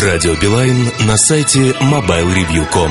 Радио Билайн на сайте mobilereview.com.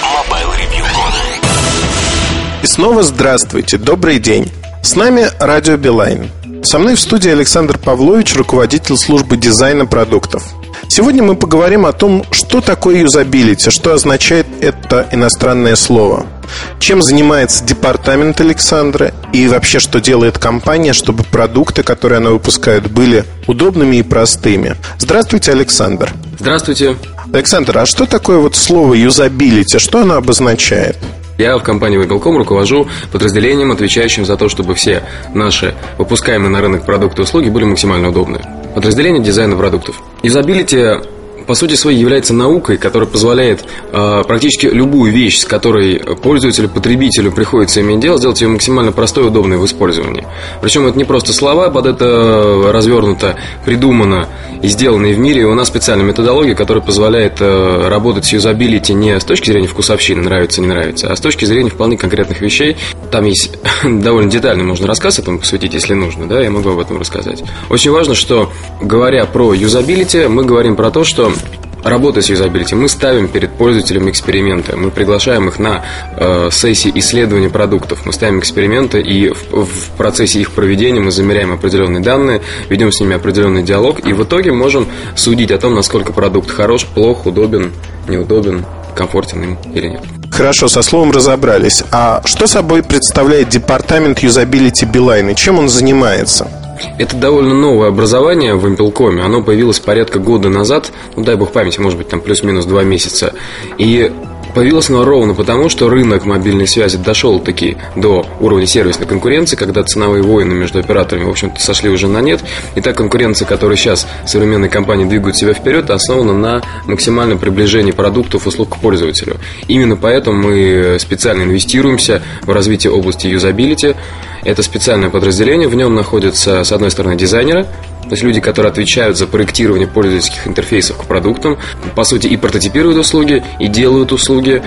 И снова здравствуйте, добрый день. С нами Радио Билайн. Со мной в студии Александр Павлович, руководитель службы дизайна продуктов. Сегодня мы поговорим о том, что такое юзабилити, что означает это иностранное слово, чем занимается департамент Александра и вообще, что делает компания, чтобы продукты, которые она выпускает, были удобными и простыми. Здравствуйте, Александр. Здравствуйте. Александр, а что такое вот слово юзабилити? Что оно обозначает? Я в компании Webel.com руковожу подразделением, отвечающим за то, чтобы все наши выпускаемые на рынок продукты и услуги были максимально удобны. Подразделение дизайна продуктов. Юзабилити, по сути своей, является наукой, которая позволяет практически любую вещь, с которой пользователю, потребителю приходится иметь дело, сделать ее максимально простой и удобной в использовании. Причем это не просто слова, под это развернуто, придумано и сделано и в мире. И у нас специальная методология, которая позволяет работать с юзабилити не с точки зрения вкусовщины, нравится, не нравится, а с точки зрения вполне конкретных вещей. Там есть довольно детальный, можно рассказ этому посвятить, если нужно, да, я могу об этом рассказать. Очень важно, что, говоря про юзабилити, мы говорим про то, что работая с юзабилити, мы ставим перед пользователями эксперименты. Мы приглашаем их на сессии исследования продуктов. Мы ставим эксперименты, и в процессе их проведения мы замеряем определенные данные, ведем с ними определенный диалог, и в итоге можем судить о том, насколько продукт хорош, плох, удобен, неудобен, комфортен им или нет. Хорошо, со словом разобрались. А что собой представляет департамент юзабилити Билайн и чем он занимается? Это довольно новое образование в Webel.com. Оно появилось порядка года назад, дай бог памяти, может быть, там плюс-минус 2 месяца. И появилось оно ровно потому, что рынок мобильной связи дошел-таки до уровня сервисной конкуренции, когда ценовые войны между операторами, в общем-то, сошли уже на нет. И та конкуренция, которая сейчас современные компании двигают себя вперед, основана на максимальном приближении продуктов и услуг к пользователю. Именно поэтому мы специально инвестируемся в развитие области юзабилити. Это специальное подразделение, в нем находятся, с одной стороны, дизайнеры, то есть люди, которые отвечают за проектирование пользовательских интерфейсов к продуктам, по сути, и прототипируют услуги, и делают услуги,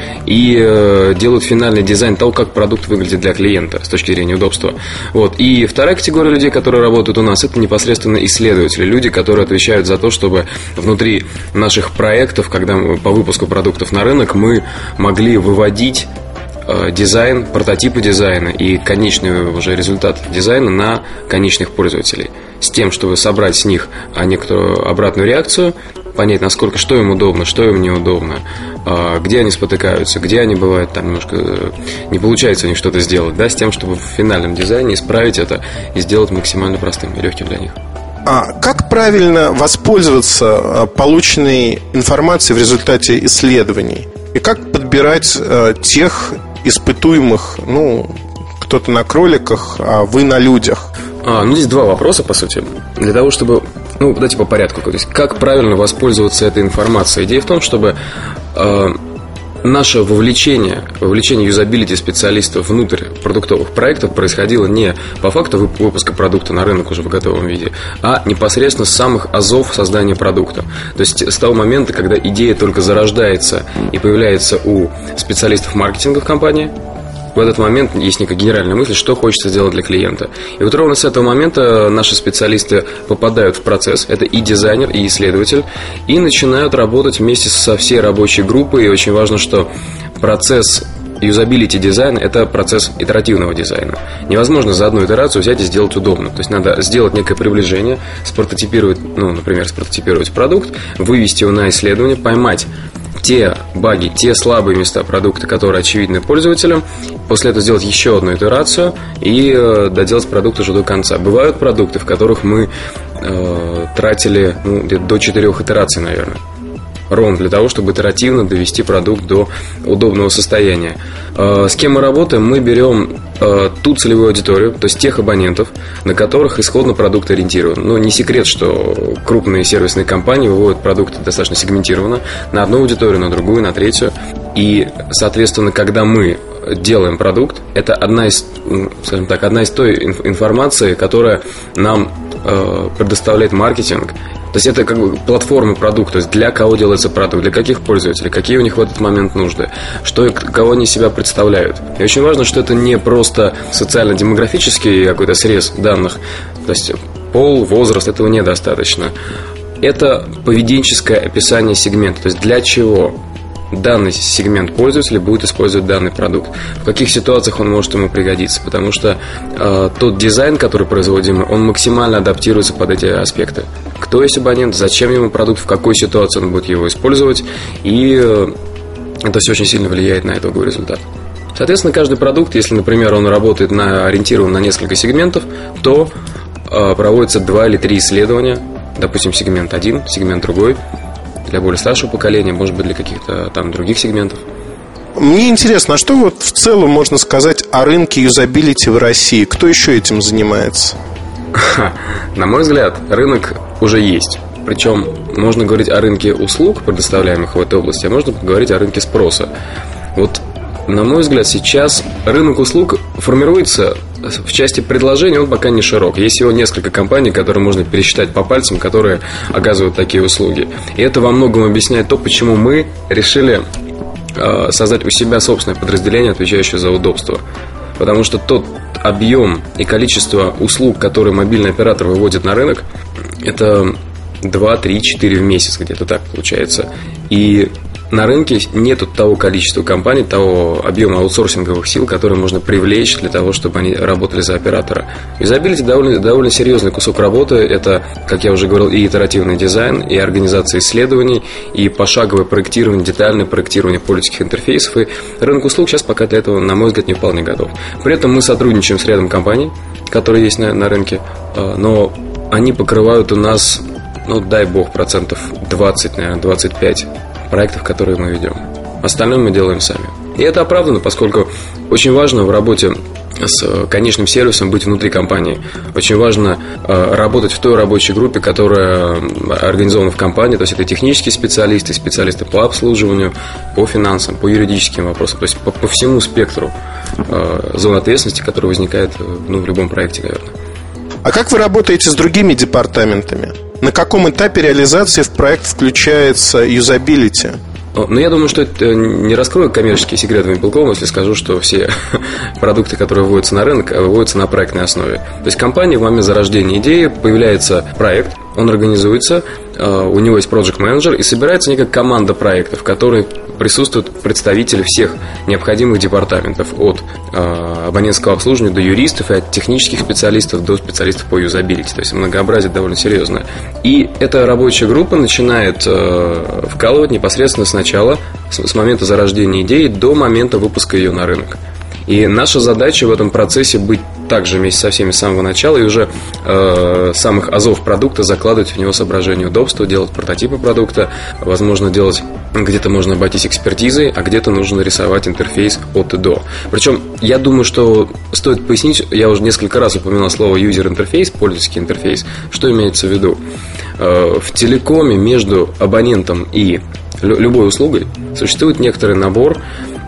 и делают финальный дизайн того, как продукт выглядит для клиента с точки зрения удобства. Вот. И вторая категория людей, которые работают у нас, это непосредственно исследователи, люди, которые отвечают за то, чтобы внутри наших проектов, когда мы по выпуску продуктов на рынок, мы могли выводить дизайн, прототипы дизайна и конечный уже результат дизайна на конечных пользователей, с тем, чтобы собрать с них некоторую обратную реакцию, понять, насколько, что им удобно, что им неудобно, где они спотыкаются, где они бывают, там немножко не получается у них что-то сделать, да, с тем, чтобы в финальном дизайне исправить это и сделать максимально простым и легким для них. А как правильно воспользоваться полученной информацией в результате исследований? И как подбирать тех испытуемых, кто-то на кроликах, а вы на людях? Здесь два вопроса, по сути. Для того, чтобы, давайте по порядку. То есть, как правильно воспользоваться этой информацией? Идея в том, чтобы наше вовлечение юзабилити специалистов внутрь продуктовых проектов происходило не по факту выпуска продукта на рынок уже в готовом виде, а непосредственно с самых азов создания продукта. То есть с того момента, когда идея только зарождается и появляется у специалистов маркетинга в компании, в этот момент есть некая генеральная мысль, что хочется сделать для клиента. И вот ровно с этого момента наши специалисты попадают в процесс. Это и дизайнер, и исследователь. И начинают работать вместе со всей рабочей группой. И очень важно, что процесс юзабилити дизайна – это процесс итеративного дизайна. Невозможно за одну итерацию взять и сделать удобно. То есть надо сделать некое приближение, спрототипировать, например, спрототипировать продукт, вывести его на исследование, поймать те баги, те слабые места продукта, которые очевидны пользователям, после этого сделать еще одну итерацию и доделать продукт уже до конца. Бывают продукты, в которых мы тратили где-то до 4 итераций, наверное, ровно для того, чтобы итеративно довести продукт до удобного состояния. С кем мы работаем? Мы берем ту целевую аудиторию, то есть тех абонентов, на которых исходно продукт ориентирован. Не секрет, что крупные сервисные компании выводят продукты достаточно сегментированно на одну аудиторию, на другую, на третью. И, соответственно, когда мы делаем продукт, это одна из той информации, которая нам предоставляет маркетинг. То есть это как бы платформа продукта, то есть для кого делается продукт, для каких пользователей, какие у них в этот момент нужды, кого они себя представляют. И очень важно, что это не просто социально-демографический какой-то срез данных, то есть пол, возраст, этого недостаточно. это поведенческое описание сегмента. То есть для чего данный сегмент пользователя будет использовать данный продукт, в каких ситуациях он может ему пригодиться, потому что тот дизайн, который производим, он максимально адаптируется под эти аспекты. Кто есть абонент, зачем ему продукт, в какой ситуации он будет его использовать, и это все очень сильно влияет на итоговый результат. Соответственно, каждый продукт, если, например, он работает ориентирован на несколько сегментов, то проводится 2 или 3 исследования, допустим, сегмент один, сегмент другой, для более старшего поколения, может быть, для каких-то там других сегментов. Мне интересно, а что вот в целом можно сказать о рынке юзабилити в России? Кто еще этим занимается? На мой взгляд, рынок уже есть. Причем можно говорить о рынке услуг, предоставляемых в этой области, а можно поговорить о рынке спроса. Вот, на мой взгляд, сейчас рынок услуг формируется в части предложений, он пока не широк. Есть всего несколько компаний, которые можно пересчитать по пальцам, которые оказывают такие услуги. И это во многом объясняет то, почему мы решили создать у себя собственное подразделение, отвечающее за удобство. Потому что тот объем и количество услуг, которые мобильный оператор выводит на рынок, это 2, 3, 4 в месяц, где-то так получается. И на рынке нету того количества компаний, того объема аутсорсинговых сил, которые можно привлечь для того, чтобы они работали за оператора. Юзабилити довольно серьезный кусок работы. Это, как я уже говорил, и итеративный дизайн, и организация исследований, и пошаговое проектирование, детальное проектирование пользовательских интерфейсов. И рынок услуг сейчас пока для этого, на мой взгляд, не вполне готов. При этом мы сотрудничаем с рядом компаний, которые есть на рынке, но они покрывают у нас, дай бог, 20%, наверное, 25% проектов, которые мы ведем. Остальное мы делаем сами. И это оправдано, поскольку очень важно в работе с конечным сервисом быть внутри компании. Очень важно работать в той рабочей группе, которая организована в компании. То есть это технические специалисты, специалисты по обслуживанию, по финансам, по юридическим вопросам. То есть по всему спектру зон ответственности, которая возникает в любом проекте, наверное. А как вы работаете с другими департаментами? На каком этапе реализации в проект включается юзабилити? Я думаю, что это не раскрою коммерческие секреты Вимпелкома, если скажу, что все продукты, которые выводятся на рынок, выводятся на проектной основе. То есть компания в момент зарождения идеи, появляется проект, он организуется, у него есть project manager, и собирается некая команда проектов, в которой присутствуют представители всех необходимых департаментов, от абонентского обслуживания до юристов и от технических специалистов до специалистов по юзабилити. То есть многообразие довольно серьезное. И эта рабочая группа начинает вкалывать непосредственно сначала, с момента зарождения идеи до момента выпуска ее на рынок. И наша задача в этом процессе быть также вместе со всеми с самого начала и уже самых азов продукта закладывать в него соображения удобства, делать прототипы продукта, возможно, делать где-то можно обойтись экспертизой, а где-то нужно рисовать интерфейс от и до. Причем я думаю, что стоит пояснить, я уже несколько раз упоминал слово юзер-интерфейс, пользовательский интерфейс. Что имеется в виду? В телекоме между абонентом и любой услугой существует некоторый набор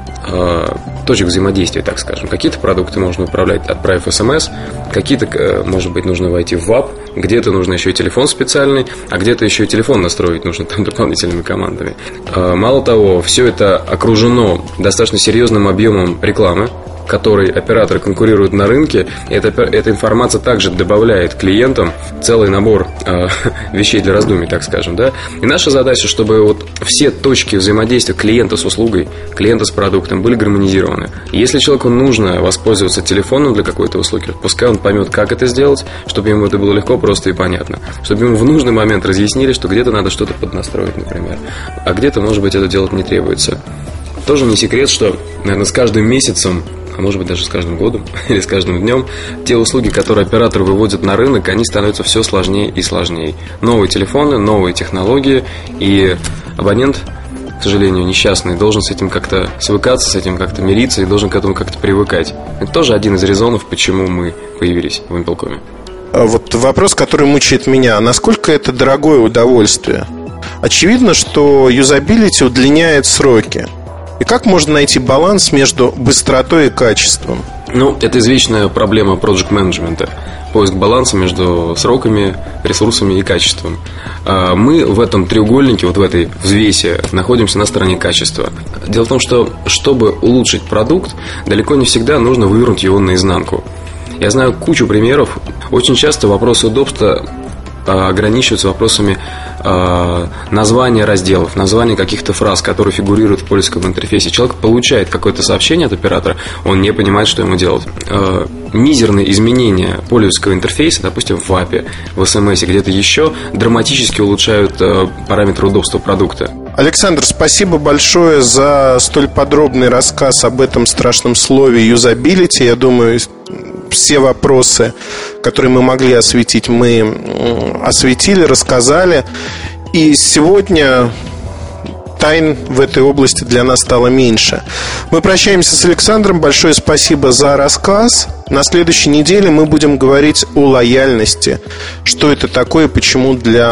точек взаимодействия, так скажем. Какие-то продукты можно управлять, отправив смс, какие-то, может быть, нужно войти в ВАП, где-то нужно еще и телефон специальный, а где-то еще и телефон настроить нужно там дополнительными командами. Мало того, все это окружено достаточно серьезным объемом рекламы, которой операторы конкурируют на рынке. Эта информация также добавляет клиентам целый набор вещей для раздумий, так скажем, да? И наша задача, чтобы вот все точки взаимодействия клиента с услугой, клиента с продуктом были гармонизированы. И если человеку нужно воспользоваться телефоном для какой-то услуги, пускай он поймет, как это сделать, чтобы ему это было легко, просто и понятно. Чтобы ему в нужный момент разъяснили, что где-то надо что-то поднастроить, например, а где-то, может быть, это делать не требуется. Тоже не секрет, что, наверное, с каждым месяцем, а может быть даже с каждым годом или с каждым днем, те услуги, которые операторы выводят на рынок, они становятся все сложнее и сложнее. Новые телефоны, новые технологии, и абонент, к сожалению, несчастный, должен с этим как-то свыкаться, с этим как-то мириться и должен к этому как-то привыкать. Это тоже один из резонов, почему мы появились в Вимпелкоме. Вот вопрос, который мучает меня. Насколько это дорогое удовольствие? Очевидно, что юзабилити удлиняет сроки. И как можно найти баланс между быстротой и качеством? Это извечная проблема проект-менеджмента. Поиск баланса между сроками, ресурсами и качеством. Мы в этом треугольнике, вот в этой взвесе, находимся на стороне качества. Дело в том, что чтобы улучшить продукт, далеко не всегда нужно вывернуть его наизнанку. Я знаю кучу примеров. Очень часто вопросы удобства ограничиваются вопросами названия разделов, названия каких-то фраз, которые фигурируют в пользовательском интерфейсе. Человек получает какое-то сообщение от оператора, он не понимает, что ему делать. Мизерные изменения пользовательского интерфейса, допустим, в API, в SMS, где-то еще, драматически улучшают параметры удобства продукта. Александр, спасибо большое за столь подробный рассказ об этом страшном слове юзабилити. Я думаю, все вопросы, которые мы могли осветить, мы осветили, рассказали. И сегодня тайн в этой области для нас стало меньше. Мы прощаемся с Александром. Большое спасибо за рассказ. На следующей неделе мы будем говорить о лояльности. Что это такое, почему для